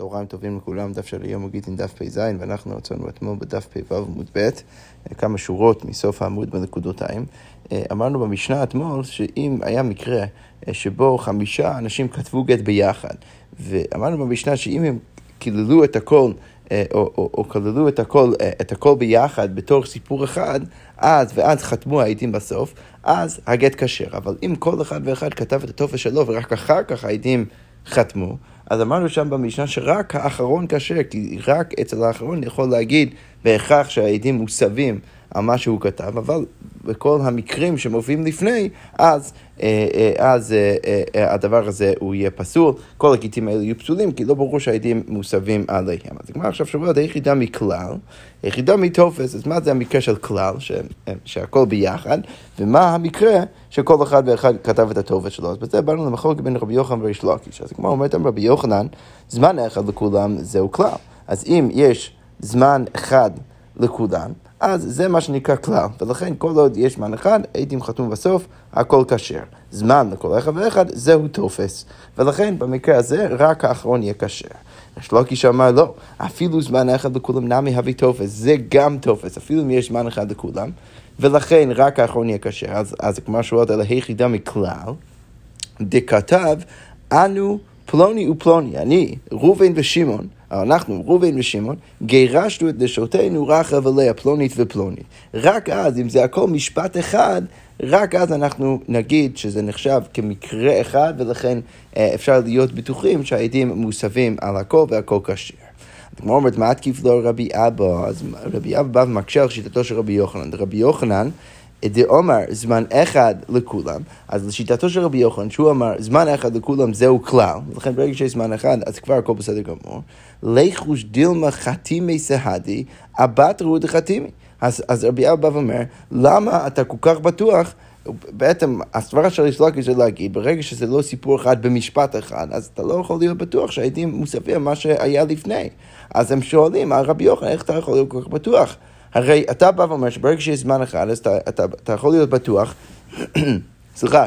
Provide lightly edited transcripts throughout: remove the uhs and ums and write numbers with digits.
צהריים טובים לכולם, דף של היום גיטין דף פ"ז, ואנחנו עצרנו אתמול בדף פ"ו עמוד ב', כמה שורות מסוף העמוד בנקודותיים. אמרנו במשנה אתמול שאם היה מקרה שבו 5 אנשים כתבו גט ביחד, ואמרנו במשנה שאם הם כללו את הכל, או כללו את הכל ביחד בתור סיפור אחד, ואז חתמו העדים בסוף, אז הגט כשר. אבל אם כל אחד ואחד כתב את הטופס שלו ורק אחר כך העדים חתמו, אז אמרנו שם במשנה שרק האחרון כשר, כי רק אצל האחרון יכול להגיד בהכרח שהעדים מוסבים על מה שהוא כתב, אבל בכל המקרים שמופיעים לפני, אז הדבר הזה הוא יהיה פסול, כל הגיטים האלה יהיו פסולים, כי לא ברור שהעדים מוסבים עליהם. אז כמו עכשיו שרואה, היחידה מכלל, היחידה מטופס, אז מה זה המקרה של כלל, שהכל ביחד, ומה המקרה שכל אחד ואחד כתב את הטופס שלו. אז בזה באנו למחלוקת בין רבי יוחנן וריש לקיש. אז כמו אומרת רבי יוחנן, זמן אחד לכולם זהו כלל. אז אם יש זמן אחד לכולם, אז זה מה שנקרא כלל, ולכן כל עוד יש זמן אחד, העדים חתמו בסוף, הכל כשר. זמן לכל אחד ואחד, זהו טופס. ולכן במקרה הזה, רק האחרון יהיה כשר. ריש לקיש אמר לא, אפילו זמן אחד לכולם נמי הביא טופס, זה גם טופס, אפילו אם יש זמן אחד לכולם, ולכן רק האחרון יהיה כשר. אז כמו שואלת על היחידה מכלל, דכתב, אנו פלוני ופלוני, אני, ראובן ושמעון, אנחנו, ראובן ושמעון, גירשנו את נשותינו רחל ולאה, פלונית ופלונית. רק אז, אם זה הכל משפט אחד, רק אז אנחנו נגיד שזה נחשב כמקרה אחד, ולכן אפשר להיות בטוחים שהעדים מוסבים על הכל והכל כשר. כמו אומרת, מה תקיף לו רבי אבא? אז רבי אבא בא ומקשה על שיטתו של רבי יוחנן. רבי יוחנן, דאמר זמן אחד לכולם, אז לשיטתו של רבי יוחנן, שהוא אמר זמן אחד לכולם זהו כלל, ולכן ברגע שיש זמן אחד, אז כבר הכל בסדר גמור. ליחוש דילמה חתימי סהדי, הבת רעוד חתימי. אז רבי אבא אומר, למה אתה כל כך בטוח? בעצם הסברה של ריש לקיש זה להגיד, ברגע שזה לא סיפור אחד במשפט אחד, אז אתה לא יכול להיות בטוח שהעדים מוסבים מה שהיה לפני. אז הם שואלים, רבי יוחנן, איך אתה יכול להיות כל כך בטוח? הרי אתה בא ואומר שברגע שיש זמן אחד, אז אתה יכול להיות בטוח, סליחה,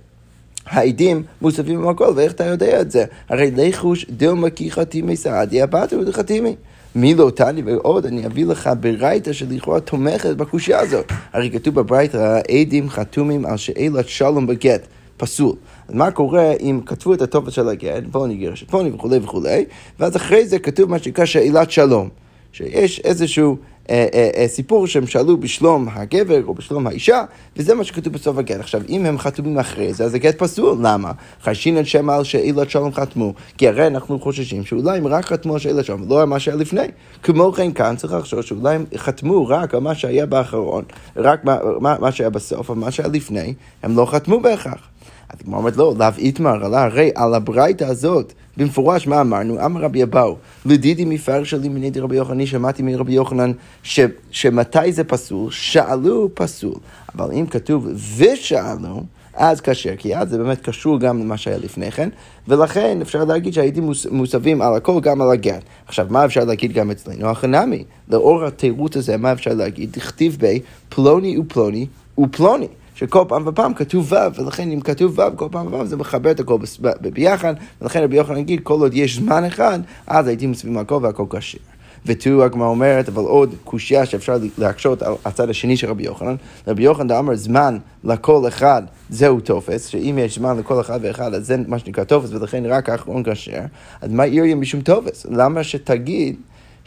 שהעדים מוסבים במקול, ואיך אתה יודע את זה? הרי ליחוש דילמה כי חתימי סעדי, הבת רעוד חתימי. מי לא תני ועוד, אני אביא לך ברייתא שלכאורה תומכת בקושיה הזאת. הרי כתוב בברייתא, עדים חתומים על שאלת שלום בגט, פסול. אז מה קורה אם כתבו את הטופס של הגט, פלוני גירש פלוני וכולי וכולי, ואז אחרי זה כתוב מה שנקרא שאלת שלום, שיש איזשהו סיפור שהם שאלו בשלום הגבר או בשלום האישה, וזה מה שכתוב בסוף הגט. עכשיו, אם הם חתומים אחרי זה, אז הגט פסול. למה? חשינן שם על שאלת שלום חתמו, כי הרי אנחנו חוששים שאולי הם רק חתמו על שאלת שלום, ולא על מה שהיה לפני. כמו כן כאן צריך לחשוב שאולי הם חתמו רק על מה שהיה באחרון, רק מה שהיה בסוף, על מה שהיה לפני, הם לא חתמו בהכרח. אז כמו אומרת לא, לאו איתמר, הרי על הברייתא הזאת, במפורש מה אמרנו? אמר רבי אבאו, לדידי מפרש שלי מנידי רבי יוחנן, שמעתי מרבי יוחנן שמתי זה פסול? שאלו פסול. אבל אם כתוב ושאלו, אז כשר, כי אז זה באמת קשור גם למה שהיה לפני כן, ולכן אפשר להגיד שהעדים מוסבים על הכל, גם על הגט. עכשיו, מה אפשר להגיד גם אצלנו? החנמי, לאור התירוץ הזה, מה אפשר להגיד? תכתיב בי פלוני ופלוני ופלוני. שכל פעם ופעם כתוב ו', ולכן אם כתוב ו' כל פעם ופעם זה מחבר את הכל ביחד, ולכן רבי יוחנן נגיד, כל עוד יש זמן אחד, אז הייתי מסביב הכל והכל כשר. ותראו הגמרא אומרת, אבל עוד קושיה שאפשר להקשות על הצד השני של רבי יוחנן, רבי יוחנן אמר זמן לכל אחד זהו טופס, שאם יש זמן לכל אחד ואחד, אז זה מה שנקרא טופס, ולכן רק האחרון כשר. אז מה יריה משום טופס? למה שתגיד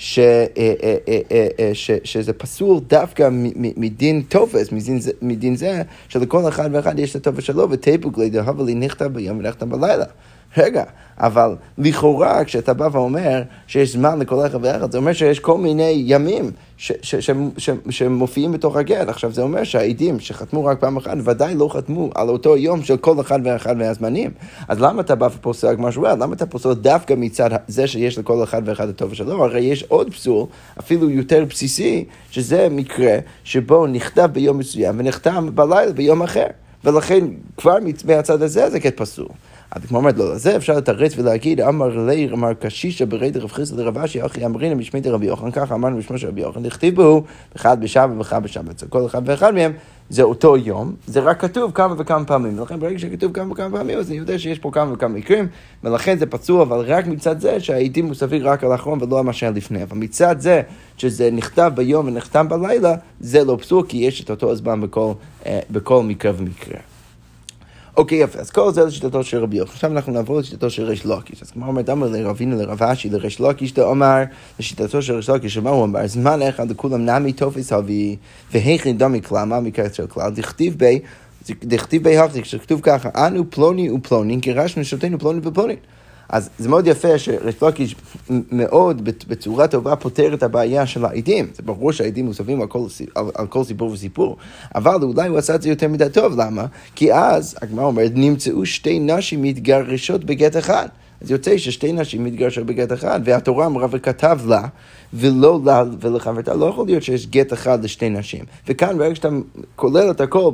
שזה פסול דווקא מדין טופס, מדין זה שלכל אחד ואחד יש את הטופס שלו, וטייפוק לידה, אבל היא נכתב ביום ונכתב בלילה. רגע, אבל לכאורה כשאתה בא ואומר שיש זמן לכל אחד ואחד, זה אומר שיש כל מיני ימים שמופיעים בתוך הגט. עכשיו זה אומר שהעדים שחתמו רק פעם אחת, ודאי לא חתמו על אותו יום של כל אחד ואחד מהזמנים. אז למה אתה בא ופוסל כמו שהוא? למה אתה פוסל דווקא מצד זה שיש לכל אחד ואחד הטוב שלו? הרי יש עוד פסול, אפילו יותר בסיסי, שזה מקרה שבו נכתב ביום מסוים ונחתם בלילה ביום אחר. ולכן כבר מהצד הזה זה גט פסול. אז כמו אומרת, לא לזה, אפשר לתרץ ולהגיד, אמר קשישה ברד רב חיסדא לרב אשי, אחי אמרינא משמי דרבי יוחנן, ככה אמרנו בשמו של רבי יוחנן, דכתיב בו, אחד בשבת ואחד בשבת. כל אחד ואחד מהם זה אותו יום, זה רק כתוב כמה וכמה פעמים, ולכן ברגע שכתוב כמה וכמה פעמים, אז אני יודע שיש פה כמה וכמה מקרים, ולכן זה פסול, אבל רק מצד זה שהעדים מוספים רק על האחרון ולא על מה שהיה לפני, אבל מצד זה שזה נכתב ביום ונחתם בלילה, זה לא פסול, כי יש את אותו הזמן בכל מקרה ומקרה. אוקיי, יפה, אז כל זה לשיטתו של רבי יוחנן. עכשיו אנחנו נעבור לשיטתו של ריש לקיש. אז כמו אומרת, אמר לרבינו לרב אשי לריש לקיש, דאמר לשיטתו של ריש לקיש, שמה הוא אמר? זמן אחד לכולם נמי תופס אבי, והכין דמי כלל, מה מקרה של כלל? דכתיב בי הפסיק, שכתוב ככה, אנו פלוני ופלוני, גירשנו נשותינו פלוני ופלוני. אז זה מאוד יפה שריש לקיש מאוד בצורה טובה פותר את הבעיה של העדים. זה ברור שהעדים מוספים על כל סיפור וסיפור, אבל אולי הוא עשה את זה יותר מדי טוב. למה? כי אז, הגמרא אומרת, נמצאו שתי נשים מתגרשות בגט אחד. אז יוצא ששתי נשים מתגרשות בגט אחד, והתורה אמרה וכתב לה, ולא לה ולחברתה. לא יכול להיות שיש גט אחד לשתי נשים. וכאן ברגע שאתה כולל את הכל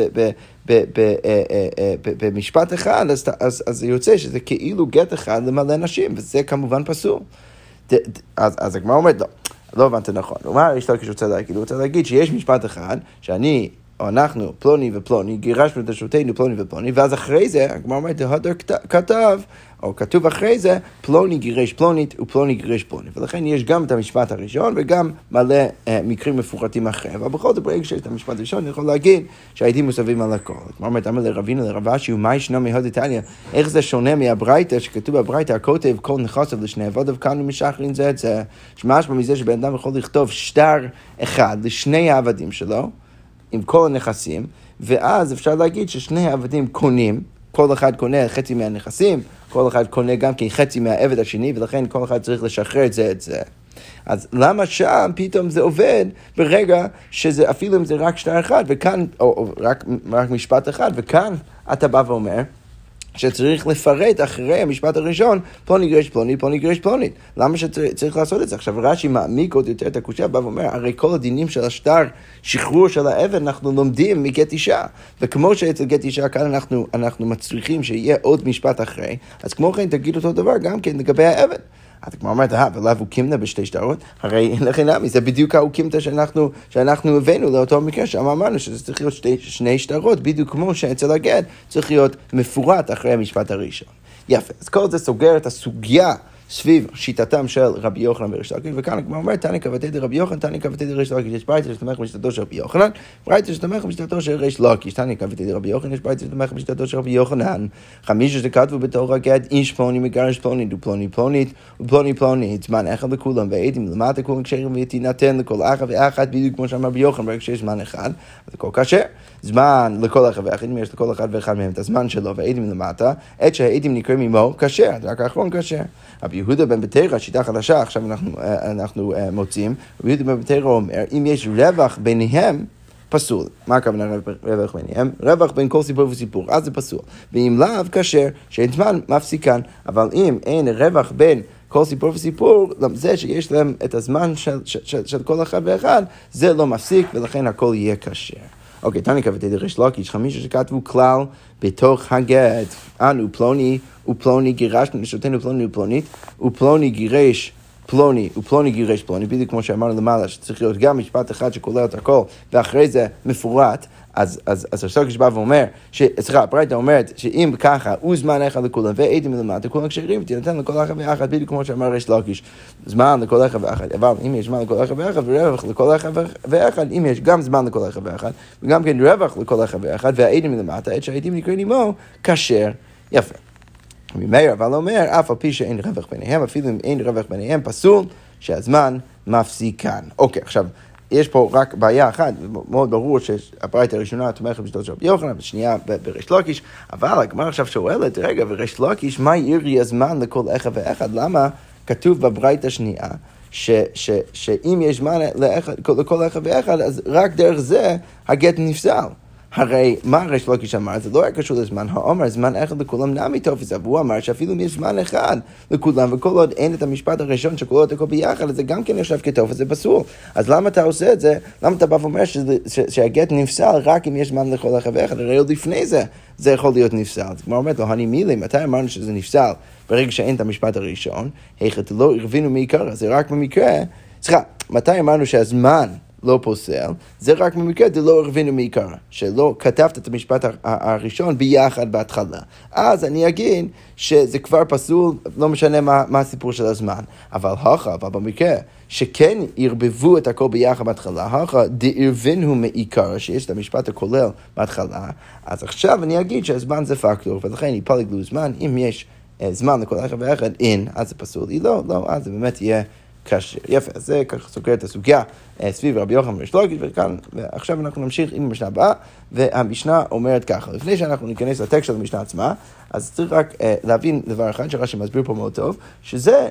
במשפט אחד, אז זה יוצא שזה כאילו גט אחד למלא נשים, וזה כמובן פסול. אז הגמרא אומרת, לא הבנת נכון. מה יש לו כשרוצה להגיד? הוא רוצה להגיד שיש משפט אחד, שאני או אנחנו, פלוני ופלוני, גירשנו את נשותינו פלוני ופלוני, ואז אחרי זה, הגמרא אומרת, ההדר כתב, או כתוב אחרי זה, פלוני גירש פלונית ופלוני גירש פלוני. ולכן יש גם את המשפט הראשון וגם מלא מקרים מפורטים אחרי. אבל בכל זאת, ברגע שיש את המשפט הראשון, אני יכול להגיד שהעדים מוסבים על הכל. הגמרא אומרת, אמר לרבינו לרב אשי, ומה ישנו מהוד איטליה? איך זה שונה מהברייתא, שכתוב בברייתא, הכותב כל נכסיו לשני עבדיו, כאן ומשחרין זה את זה. שמשמע מזה שבן אדם יכול לכתוב שטר אחד לשני העבדים שלו, עם כל הנכסים, ואז אפשר להגיד ששני העבדים קונים, כל אחד קונה חצי מהנכסים, כל אחד קונה גם כן חצי מהעבד השני, ולכן כל אחד צריך לשחרר את זה. אז למה שם פתאום זה עובד ברגע שזה, אפילו אם זה רק שטר אחד, וכאן, או רק משפט אחד, וכאן אתה בא ואומר, שצריך לפרט אחרי המשפט הראשון, פלוני גירש פלוני, פלוני גירש פלונית. למה שצריך לעשות את זה? עכשיו רש"י מעמיק עוד יותר את הקושיה, בא ואומר, הרי כל הדינים של השטר, שחרור של העבד, אנחנו לומדים מגט אישה. וכמו שאצל גט אישה, כאן אנחנו מצריכים שיהיה עוד משפט אחרי, אז כמו כן תגיד אותו דבר גם כן לגבי העבד. אתה כמו אומרת, ולאו הוא קימנה בשתי שטרות, הרי לכן נמי, זה בדיוק הקימתה שאנחנו הבאנו לאותו מקרה, שם אמרנו שזה צריך להיות שני שטרות, בדיוק כמו שאצל הגט צריך להיות מפורט אחרי המשפט הראשון. יפה, אז כל זה סוגר את הסוגיה סביב שיטתם של רבי יוחנן וריש לקיש, וכאן כמו אומרת, תניא כבתי דרבי יוחנן, תניא כבתי דריש לקיש, יש ברייתא שתומך בשיטתו של רבי יוחנן, ברייתא שתומך בשיטתו של ריש לקיש, תניא כבתי דרבי יוחנן, יש ברייתא שתומך בשיטתו של רבי יוחנן, חמישה שכתבו בתור הגט, איש פלוני מגרש פלונית, ופלוני פלונית, ופלוני פלונית, זמן אחד לכולם, ועדים למטה כולם כשרים ותינתן לכל אחד ואחד, בדיוק כמו שאמר רבי יוחנן, ברגע שיש זמן אחד, אז הכל כשר. זמן לכל אחד ואחד, אם יש לכל אחד ואחד מהם את הזמן שלו, והעדים למטה, עת שהעדים נקראים עמו, כשר, רק האחרון כשר. רבי יהודה בן בתרא, שיטה חדשה, עכשיו אנחנו מוצאים, רבי יהודה בן בתרא אומר, אם יש רווח ביניהם, פסול. מה הכוונה רווח ביניהם? רווח בין כל סיפור וסיפור, אז זה פסול. ואם לאו, כשר, שאין זמן, מפסיקן. אבל אם אין רווח בין כל סיפור וסיפור, זה שיש להם את הזמן של כל אחד ואחד, זה לא מפסיק, ולכן הכל יהיה כשר. אוקיי, תניא כבתי דריש לקיש, חמישה שכתבו כלל בתוך הגט, אנו פלוני ופלוני גירשנו נשותינו פלוני ופלונית, ופלוני גירש פלוני ופלוני גירש פלוני, בדיוק כמו שאמרנו למעלה, שצריך להיות גם משפט אחד שכולל את הכל, ואחרי זה מפורט, אז ריש לקיש בא ואומר, הברייתא אומרת שאם ככה, הוא זמן אחד לכולם, ועדים למטה, כולם כשרים, ותינתן לכל אחד ואחד, בדיוק כמו שאמר ריש לקיש, זמן לכל אחד ואחד, אבל אם יש זמן לכל אחד ואחד, ורווח לכל אחד ואחד, אם יש גם זמן לכל אחד ואחד, וגם כן רווח לכל אחד ואחד, והעדים למטה, עת שהעדים נקראים עמו, כשר. יפה. ממאיר אבל אומר, אף על פי שאין רווח ביניהם, אפילו אם אין רווח ביניהם, פסול שהזמן מפסיקן. אוקיי, עכשיו, יש פה רק בעיה אחת, מאוד ברור שהברייתא הראשונה תומכת בשיטתו של רבי יוחנן, השנייה בריש לקיש, אבל הגמרא עכשיו שואלת, רגע, וריש לקיש, מה ירי הזמן לכל אחד ואחד? למה כתוב בברייתא השנייה, שאם יש זמן לכל אחד ואחד, אז רק דרך זה הגט נפסל. הרי מה ריש לקיש אמר? זה לא היה קשור לזמן, האומר זמן אחד לכולם נמי תופס, והוא אמר שאפילו אם יש זמן אחד לכולם, וכל עוד אין את המשפט הראשון שכל עוד הכל ביחד, אז זה גם כן נחשב כתופס, זה פסול. אז למה אתה עושה את זה? למה אתה בא ואומר שהגט נפסל רק אם יש זמן לכל אחד ואחד? הרי עוד לפני זה יכול להיות נפסל. אז כמו אומרת לו, אני מילי, מתי אמרנו שזה נפסל? ברגע שאין את המשפט הראשון, היכת לא הרווינו מעיקר, זה רק במקרה, מתי אמרנו שהזמן לא פוסל, זה רק במקרה דלא הרווינו מעיקר, שלא כתבת את המשפט הראשון ביחד בהתחלה. אז אני אגיד שזה כבר פסול, לא משנה מה הסיפור של הזמן. אבל במקרה שכן ירבבו את הכל ביחד בהתחלה, דהרווינו מעיקר, שיש את המשפט הכולל בהתחלה, אז עכשיו אני אגיד שהזמן זה פקטור, ולכן יפלג לו זמן, אם יש זמן לכל אחד ואחד, אין, אז זה פסול. לא, אז זה באמת יהיה קשה. יפה, אז זה ככה סוגר את הסוגיה סביב רבי יוחנן וריש לקיש, וכאן, ועכשיו אנחנו נמשיך עם המשנה הבאה, והמשנה אומרת ככה, לפני שאנחנו ניכנס לטקסט של המשנה עצמה, אז צריך רק להבין דבר אחד שרש"י מסביר פה מאוד טוב, שזה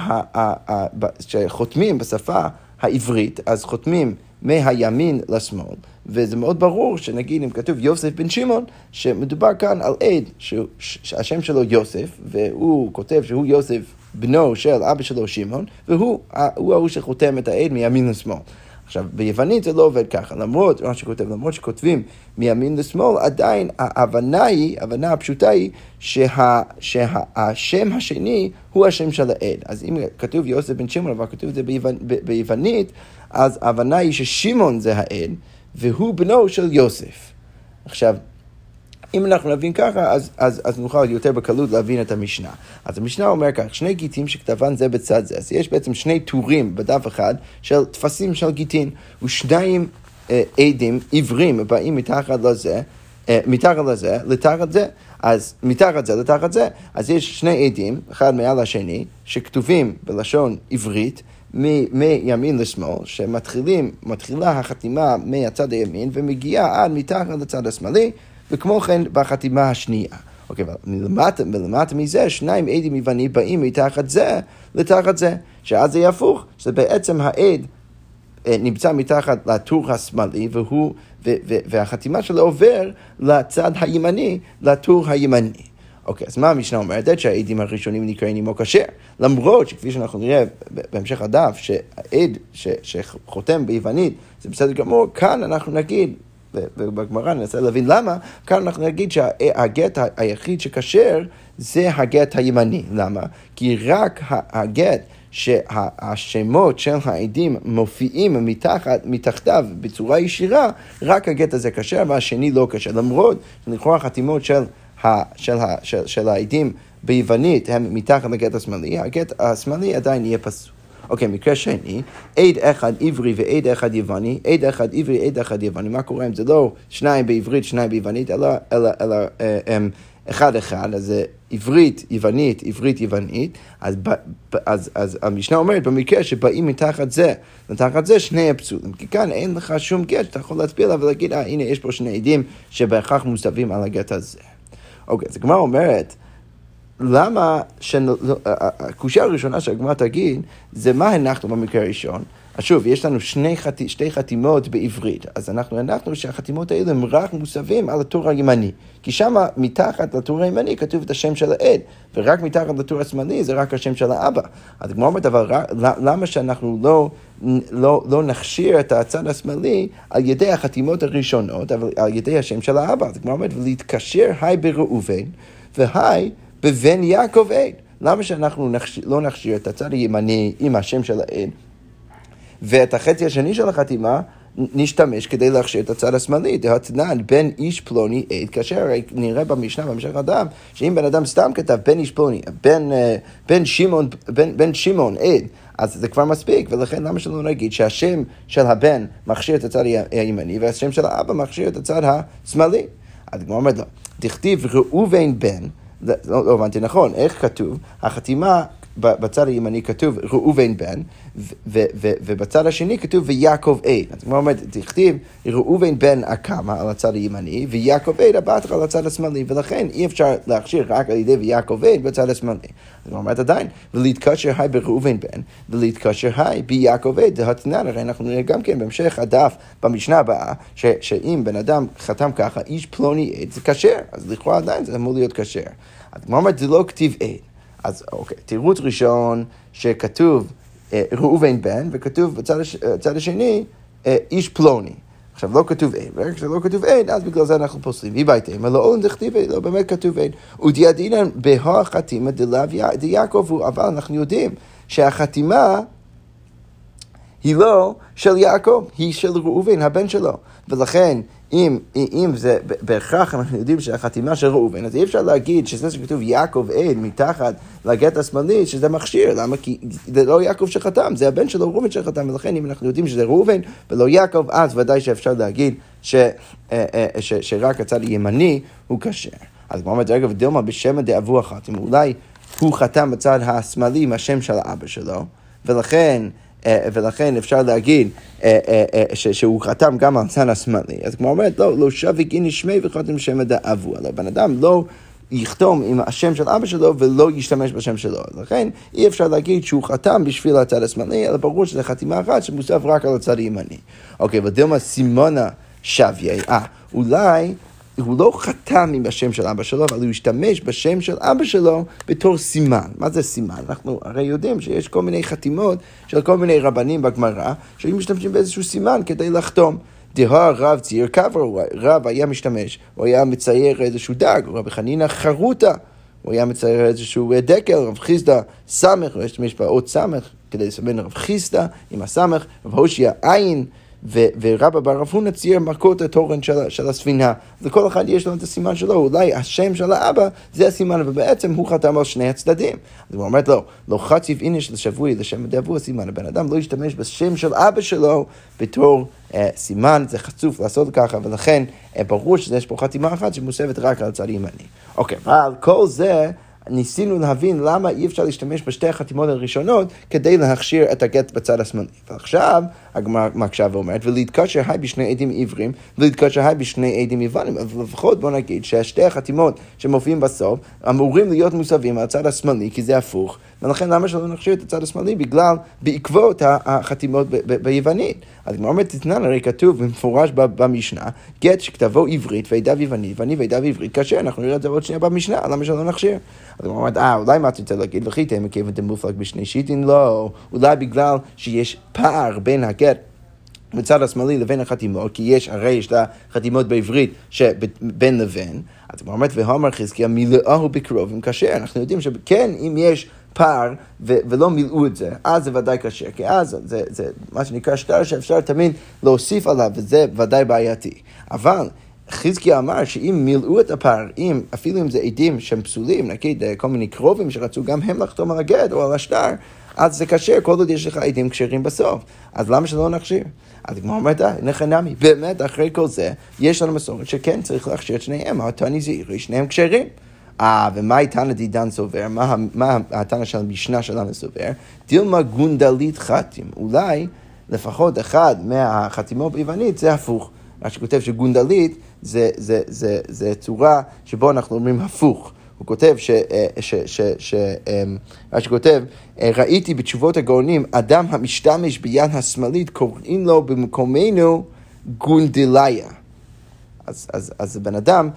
שחותמים בשפה העברית, אז חותמים מהימין לשמאל, וזה מאוד ברור שנגיד אם כתוב יוסף בן שמעון, שמדובר כאן על עד שהשם שלו יוסף, והוא כותב שהוא יוסף בנו של אבא שלו שמעון, והוא ההוא שחותם את העד מימין לשמאל. עכשיו, ביוונית זה לא עובד ככה, למרות שכותבים מימין לשמאל, עדיין ההבנה הפשוטה היא שהשם השני הוא השם של העד. אז אם כתוב יוסף בן שמעון, אבל כתוב את זה ביוונית, אז ההבנה היא ששמעון זה העד, והוא בנו של יוסף. עכשיו, אם אנחנו נבין ככה, אז נוכל יותר בקלות להבין את המשנה. אז המשנה אומר כך, שני גיטין שכתבן זה בצד זה. אז יש בעצם שני טורים בדף אחד של תפסים של גיטין, ושניים עדים עיוורים באים מתחת לזה, לתחת זה, אז מתחת זה לתחת זה, אז יש שני עדים, אחד מעל השני, שכתובים בלשון עברית, מימין לשמאל, שמתחילה החתימה מהצד הימין, ומגיעה עד מתחת לצד השמאלי, וכמו כן בחתימה השנייה. אוקיי, אבל מלמטה מזה, שניים עדים יווני באים מתחת זה לתחת זה, שאז זה יהפוך, שזה בעצם העד נמצא מתחת לטור השמאלי, והחתימה שלו עובר לצד הימני, לטור הימני. אוקיי, אז מה המשנה אומרת? שהעדים הראשונים נקראים עמו כשר. למרות שכפי שאנחנו נראה בהמשך הדף, שהעד שחותם ביוונית, זה בסדר גמור, כאן אנחנו נגיד, ובגמרא ננסה להבין למה, כאן אנחנו נגיד שהגט היחיד שכשר זה הגט הימני. למה? כי רק הגט שהשמות של העדים מופיעים מתחתיו בצורה ישירה, רק הגט הזה כשר והשני לא כשר. למרות שלכאורה החתימות של העדים ביוונית הם מתחת לגט השמאלי, הגט השמאלי עדיין יהיה פסול. אוקיי, מקרה שני, עד אחד עברי ועד אחד יווני, עד אחד עברי, עד אחד יווני, מה קורה אם זה לא שניים בעברית, שניים ביוונית, אלא אחד, אז זה עברית, יוונית, עברית, יוונית, אז המשנה אומרת, במקרה שבאים מתחת זה שני הפסולים, כי כאן אין לך שום גט, אתה יכול להצביע לה ולהגיד, הנה יש פה שני עדים שבהכרח מוסבים על הגט הזה. אוקיי, אז הגמרא אומרת, למה, הקושיה הראשונה שהגמרא תגיד, זה מה הנחנו במקרה הראשון? אז שוב, יש לנו שתי חתימות בעברית, אז אנחנו הנחנו שהחתימות האלה הם רק מוסבים על הטור הימני, כי שם מתחת לטור הימני כתוב את השם של העד, ורק מתחת לטור השמאלי זה רק השם של האבא. אז הגמרא אומרת, אבל למה שאנחנו לא נכשיר את הצד השמאלי על ידי החתימות הראשונות, אבל על ידי השם של האבא? אז הגמרא אומרת, ולהתקשר היי בראובן, והי בבן יעקב עד. למה שאנחנו לא נכשיר את הצד הימני עם השם של העד, ואת החצי השני של החתימה נשתמש כדי להכשיר את הצד השמאלי? דהתנן בן איש פלוני עד, כאשר נראה במשנה בהמשך הדף, שאם בן אדם סתם כתב בן איש פלוני, בן שמעון עד, אז זה כבר מספיק, ולכן למה שלא נגיד שהשם של הבן מכשיר את הצד הימני, והשם של האבא מכשיר את הצד השמאלי? אז כמו אומרת לו, תכתיב ראובן בן, לא הבנתי נכון, איך כתוב? החתימה בצד הימני כתוב ראובן בן, ובצד השני כתוב ויעקב עד. אז כמו אומרת, תכתיב ראובן בן הקמה על הצד הימני, ויעקב עד הבת על הצד השמאלי, ולכן אי אפשר להכשיר רק על ידי ויעקב עד בצד השמאלי. אז כמו אומרת עדיין, ולהתקשר היי בראובן בן, ולהתקשר היי ביעקב עד, זה התנן, הרי אנחנו נראה גם כן בהמשך הדף במשנה הבאה, שאם בן אדם חתם ככה, איש פלוני עד, זה כשר, אז לכאורה עדיין זה אמור להיות כשר. אז כמו אומרת, זה לא כתיב עד. אז אוקיי, תירוץ ראשון שכתוב ראובן בן, וכתוב בצד השני איש פלוני. עכשיו לא כתוב עד, ברגע שלא כתוב עד, אז בגלל זה אנחנו פוסלים. ויבייתם, לא און דכתיב עד, לא באמת כתוב עד. ודיעדינן בהחתימה דיעקב הוא, אבל אנחנו יודעים שהחתימה היא לא של יעקב, היא של ראובן, הבן שלו. ולכן, אם זה בהכרח אנחנו יודעים שהחתימה של ראובן, אז אי אפשר להגיד שזה שכתוב יעקב עד מתחת לגט השמאלי, שזה מכשיר. למה? כי זה לא יעקב שחתם, זה הבן שלו ראובן שחתם, ולכן אם אנחנו יודעים שזה ראובן ולא יעקב, אז ודאי שאפשר להגיד שרק הצד הימני הוא כשר. אז כמו אומרת, רגע ודילמה בשם דאבו החתים, אולי הוא חתם בצד השמאלי עם השם של האבא שלו, ולכן אפשר להגיד שהוא חתם גם על צד השמאלי. אז כמו אומרת, לא שוויק איני שמי וחתם שם דאבו. בן אדם לא יחתום עם השם של אבא שלו ולא ישתמש בשם שלו. לכן אי אפשר להגיד שהוא חתם בשביל הצד השמאלי, אלא ברור שזה חתימה אחת שמוסף רק על הצד הימני. אוקיי, ודילמה סימונה שוויה. אולי הוא לא חתם עם השם של אבא שלו, אבל הוא השתמש בשם של אבא שלו בתור סימן. מה זה סימן? אנחנו הרי יודעים שיש כל מיני חתימות של כל מיני רבנים בגמרא, שהם משתמשים באיזשהו סימן כדי לחתום. דהה רב צייר קבר, רב היה משתמש, הוא היה מצייר איזשהו דג, רבי חנינא חרוטה, הוא היה מצייר איזשהו דקל, רב חיסדא סמך, הוא השתמש באות סמך, כדי לסמן רב חיסדא עם הסמך, רב הושע עין, ורבא בר רב הונא צייר מכות התורן של הספינה. לכל אחד יש לו את הסימן שלו, אולי השם של האבא זה הסימן, ובעצם הוא חתם על שני הצדדים. אז הוא אומרת לו, לא חציב איניש לשבוי לשם דאבו הסימן. הבן אדם לא ישתמש בשם של אבא שלו בתור סימן, זה חצוף לעשות ככה, ולכן ברור שיש פה חתימה אחת שמוסבת רק על הצד הימני. אוקיי, אבל כל זה ניסינו להבין למה אי אפשר להשתמש בשתי החתימות הראשונות כדי להכשיר את הגט בצד השמאלי. ועכשיו הגמרא מקשה ואומרת, ולהתקשר היי בשני עדים עברים, ולהתקשר היי בשני עדים יוונים. אז לפחות בוא נגיד שהשתי החתימות שמופיעים בסוף אמורים להיות מוסבים על הצד השמאלי, כי זה הפוך. ולכן למה שלא נכשיר את הצד השמאלי? בעקבות החתימות ביוונית. אז כמו אומרת, תתנן, הרי כתוב במפורש במשנה, גט שכתבו עברית ועדיו יווני, ועדיו עברית כאשר אנחנו נראה את זה עוד שנייה במשנה, למה שלא נכשיר? אז הוא אומרת, אולי מה אתה רוצה להגיד? וכי תהיה מכיוון דמופלג בשני שיטין? לא. אולי בגלל שיש פער בין הגט בצד השמאלי לבין החתימות, כי הרי יש לה חתימות בעברית שבין לבין, אז הוא אומרת, והאמר חזקיה מילאהו בקרובים כאשר, אנחנו יודעים שכן, אם יש פער ולא מילאו את זה, אז זה ודאי קשה, כי אז זה מה שנקרא שטר שאפשר תמיד להוסיף עליו, וזה ודאי בעייתי. אבל חזקיה אמר שאם מילאו את הפער, אפילו אם זה עדים שהם פסולים, נגיד כל מיני קרובים שרצו גם הם לחתום על הגט או על השטר, אז זה קשה, כל עוד יש לך עדים כשרים בסוף. אז למה שלא נכשיר? אז כמו אומרת, נחנמי, באמת אחרי כל זה, יש לנו מסורת שכן צריך להכשיר את שניהם, התני זעירי, שניהם כשרים. ומה תנא דידן סובר? מה התנא של המשנה שלנו סובר? דילמה גונדלית חתים. אולי לפחות אחד מהחתימות ביוונית זה הפוך. מה שכותב שגונדלית זה צורה שבו אנחנו אומרים הפוך. הוא כותב מה שכותב, ראיתי בתשובות הגאונים, אדם המשתמש ביד השמאלית, קוראים לו במקומנו גונדליה. אז בן אדם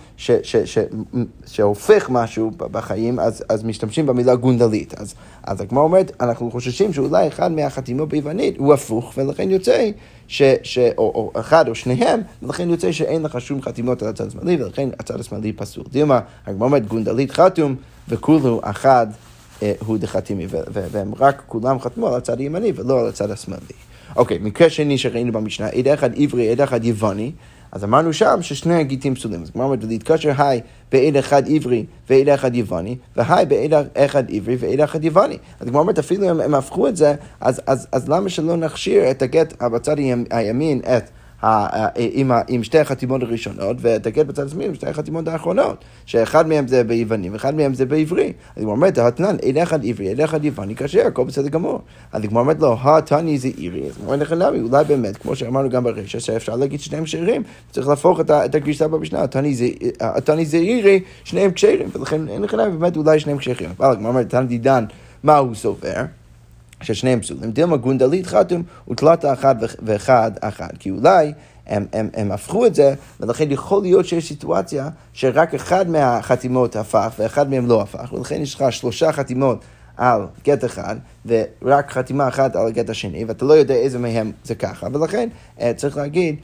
שהופך משהו בחיים, אז משתמשים במילה גונדלית. אז כמו אומרת, אנחנו חוששים שאולי אחד מהחתימות ביוונית הוא הפוך, ולכן יוצא או אחד או שניהם, ולכן יוצא שאין לך שום חתימות על הצד השמאלי, ולכן הצד השמאלי פסול. דילמה, כמו אומרת, גונדלית חתום, וכולו אחד הוא דחתימי, והם רק כולם חתמו על הצד הימני ולא על הצד השמאלי. אוקיי, מקרה שני שראינו במשנה, עד אחד עברי, עד אחד יווני, אז אמרנו שם ששני הגיטים פסולים. אז כמו אומרת, להתקשר היי בעד אחד עברי ועד אחד יווני, והי בעד אחד עברי ועד אחד יווני. אז כמו אומרת, אפילו הם הפכו את זה, אז למה שלא נכשיר את הגט בצד הימין את עם שתי החתימות הראשונות, ואת הגט בצד השמאלי עם שתי החתימות האחרונות, שאחד מהם זה ביווני, ואחד מהם זה בעברי. אז הוא אומר, התנן, אין אחד עברי, אין אחד יווני, כאשר, הכל בסדר גמור. אז הוא אומר לו, התני זה עירי, אז הוא אומר לך נמי, אולי באמת, כמו שאמרנו גם ברשת, שאפשר להגיד שניהם כשרים, צריך להפוך את הגרסה במשנה, התני זה עירי, שניהם כשרים, ולכן אין לך נמי, באמת אולי שניהם כשרים. אבל הוא אומר, תני דידן, מה הוא סובר? ששניהם פסולים. דילמה גונדלית חתום ותלת אחד ואחד. כי אולי הם הפכו את זה, ולכן יכול להיות שיש סיטואציה שרק אחד מהחתימות הפך ואחד מהם לא הפך, ולכן יש לך 3 חתימות על גט אחד, ורק חתימה אחת על הגט השני, ואתה לא יודע איזה מהם זה ככה, ולכן צריך להגיד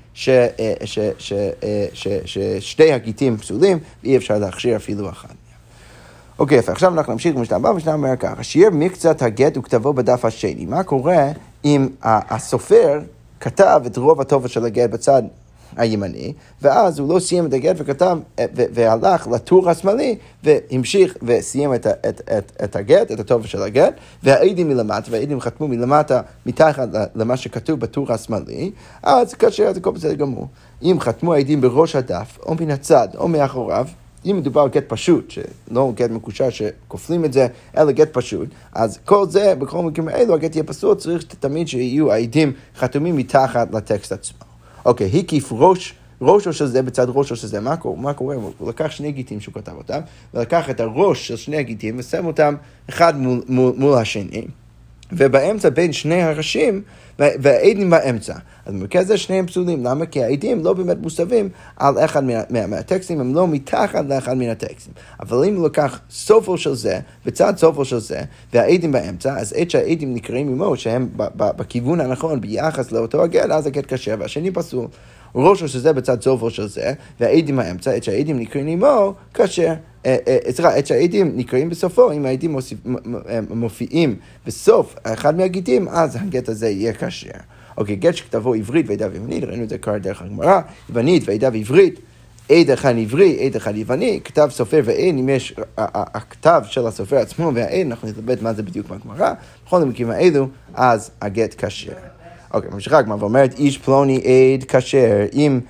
ששתי הגיטים פסולים, ואי אפשר להכשיר אפילו אחד. אוקיי, עכשיו אנחנו נמשיך במשנה הבאה, המשנה אומר ככה, שיער מקצת הגט וכתבו בדף השני. מה קורה אם הסופר כתב את רוב הטופס של הגט בצד הימני, ואז הוא לא סיים את הגט וכתב, והלך לטור השמאלי, והמשיך וסיים את הגט, את הטופס של הגט, והעדים מלמטה, והעדים חתמו מלמטה, מתחת למה שכתוב בטור השמאלי, אז כאשר זה כל בסדר גמור. אם חתמו העדים בראש הדף, או מן הצד, או מאחוריו, אם מדובר על גט פשוט, שלא גט מקושר שכופלים את זה, אלא גט פשוט, אז כל זה, בכל מקרים האלו, הגט יהיה פסול, צריך תמיד שיהיו העדים חתומים מתחת לטקסט עצמו. אוקיי, הקיף ראשו של זה בצד ראשו של זה, מה קורה? הוא לקח 2 גיטים שהוא כתב אותם, ולקח את הראש של 2 הגיטים, ושם אותם אחד מול השני, ובאמצע בין 2 הראשים, והעדים באמצע. אז במקרה זה שניהם פסולים. למה? כי העדים לא באמת מוסבים על אחד מהטקסטים, הם לא מתחת לאחד מן הטקסטים. אבל אם הוא לקח סופו של זה, בצד סופו של זה, והעדים באמצע, אז עת שהעדים נקראים עמו, שהם בכיוון הנכון, ביחס לאותו הגט, אז הגט כשר, והשני פסול. ראשו של זה בצד סופו של זה, והעדים באמצע, עת שהעדים נקראים עמו, כשר. עת שהעדים נקראים בסופו, אם העדים מופיעים בסוף אחד מהגיטים, אז הגט הזה יהיה כשר. אוקיי, גט שכתבו עברית ועדה ויוונית, ראינו את זה כבר דרך הגמרא, יוונית ועדה ועברית, עד אחד עברי, עד אחד יווני, כתב סופר ועד, אם יש הכתב של הסופר עצמו והעד, אנחנו נתלבט מה זה בדיוק בגמרא, בכל המקרים האלו, אז הגט כשר. אוקיי, ממשיכה הגמרא ואומרת, איש פלוני עד כשר,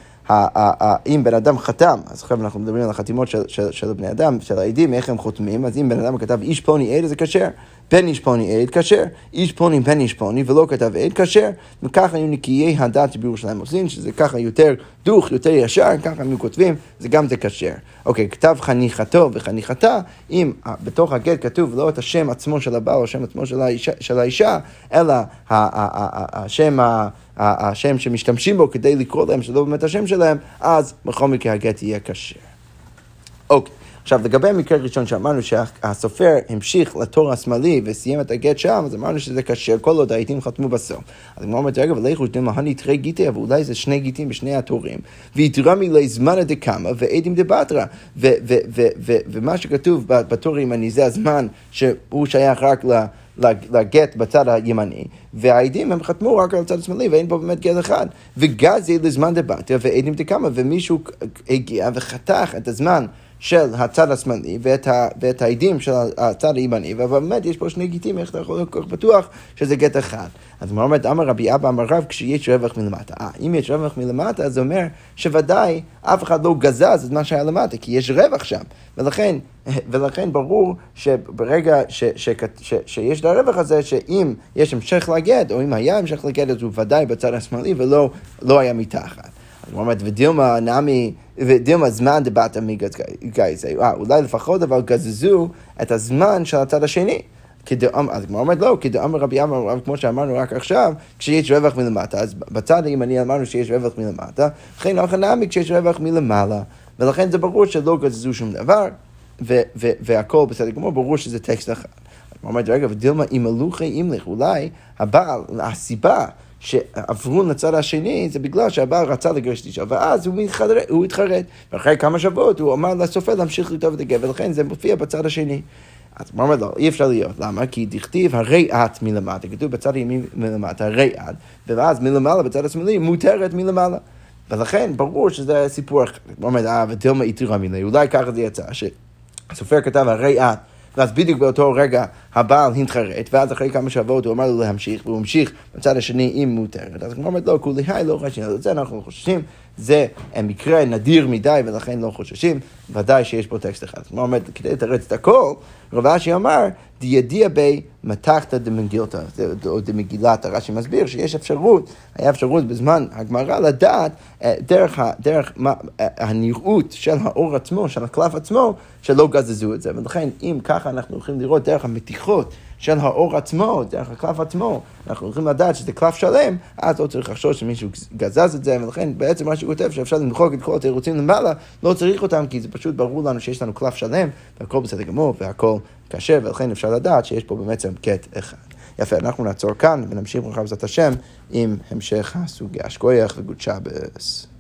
אם בן אדם חתם, אז עכשיו אנחנו מדברים על החתימות של בני אדם, של העדים, איך הם חותמים, אז אם בן אדם כתב איש פלוני עד, זה כשר. בן איש פלוני עד כשר, איש פלוני בן איש פלוני, ולא כתב עד כשר, וככה היו נקיי הדת שבירושלים עושים, שזה ככה יותר דוך, יותר ישר, ככה הם כותבים, זה גם זה כשר. אוקיי, כתב חניכתו וחניכתה, אם בתוך הגט כתוב לא את השם עצמו של הבעל, או השם עצמו של האישה, אלא השם שמשתמשים בו כדי לקרוא להם, שלא באמת השם שלהם, אז בכל מקרה הגט יהיה כשר. אוקיי. עכשיו, לגבי המקרה הראשון שאמרנו שהסופר המשיך לתור השמאלי וסיים את הגט שם, אז אמרנו שזה כשר, כל עוד העדים חתמו בסוף. אז אני אומר, רגע, ולכו שדמה הנתרי גיטי, אבל אולי זה 2 גיטים בשני התורים, ויתרמי לזמן דקמה ועדים דבטרה, ומה שכתוב בתור הימני זה הזמן שהוא שייך רק לגט בצד הימני, והעדים הם חתמו רק על הצד השמאלי, ואין פה באמת גט אחד. וגזי לזמן דבטרה ועדים דקמה, ומישהו הגיע וחתך את הזמן של הצד השמאלי ואת העדים של הצד הימני, ובאמת יש פה 2 גיטים, איך אתה יכול להיות כל כך בטוח שזה גט אחד. אז הוא אומר, אמר רבי אבא אמר רב, כשיש רווח מלמטה. אם יש רווח מלמטה, אז זה אומר שוודאי אף אחד לא גזז את מה שהיה למטה, כי יש רווח שם. ולכן ברור שברגע שיש את הרווח הזה, שאם יש המשך לגט, או אם היה המשך לגט, אז הוא ודאי בצד השמאלי ולא היה מתחת. הוא אומר, ודילמה זמן דבת אמיגת גייזי. אולי לפחות אבל גזזו את הזמן של הצד השני. אז הוא אומר, לא, כדאמר רבי אמר, כמו שאמרנו רק עכשיו, כשיש רווח מלמטה, אז בצד הימני אמרנו שיש רווח מלמטה, לכן לא חנמי כשיש רווח מלמעלה. ולכן זה ברור שלא גזזו שום דבר, והכל בסדר גמור, ברור שזה טקסט אחד. הוא אומר, רגע, ודילמה אימלוכי אימלך, אולי הבעל, הסיבה, שעברו לצד השני, זה בגלל שהבעל רצה לגרש את אישה, ואז הוא התחרט, ואחרי כמה שבועות הוא אמר לסופר להמשיך לכתוב את הגט, ולכן זה מופיע בצד השני. אז הוא אומר לו, אי אפשר להיות, למה? כי דכתיב הרי את מלמטה, כתוב בצד ימין מלמטה, הרי את, ואז מלמעלה בצד השמאלי מותרת מלמעלה. ולכן ברור שזה סיפור אחר. הוא אומר, ודילמה איתירה מילי, אולי ככה זה יצא, שהסופר כתב הרי את, ואז בדיוק באותו רגע הבעל התחרט, ואז אחרי כמה שבועות הוא אמר לו להמשיך, והוא המשיך בצד השני אם מותרת. אז הגמרא אומרת לו, כולי היי, לא חששים, על זה אנחנו חוששים, זה מקרה נדיר מדי ולכן לא חוששים, ודאי שיש פה טקסט אחד. הגמרא אומרת, כדי לתרץ את הכל, רב אשי אמר, דידיע בי מתחתא דמגילתא, או דמגילתא. רש"י מסביר שיש אפשרות, היה אפשרות בזמן הגמרא לדעת דרך הנראות של האור עצמו, של הקלף עצמו, שלא גזזו את זה. ולכן אם ככה אנחנו יכולים לראות דרך המתיחות של האור עצמו, דרך הקלף עצמו, אנחנו יכולים לדעת שזה קלף שלם, אז לא צריך לחשוש שמישהו גזז את זה, ולכן בעצם מה שהוא כותב שאפשר למחוק את כל התירוצים למעלה, לא צריך אותם, כי זה פשוט ברור לנו שיש לנו קלף שלם, והכל בסדר גמור, והכל קשה, ולכן אפשר לדעת שיש פה באמת קט אחד. יפה, אנחנו נעצור כאן, ונמשיך מחר בעזרת השם עם המשך הסוגיה. שכוייך וגוד שבס.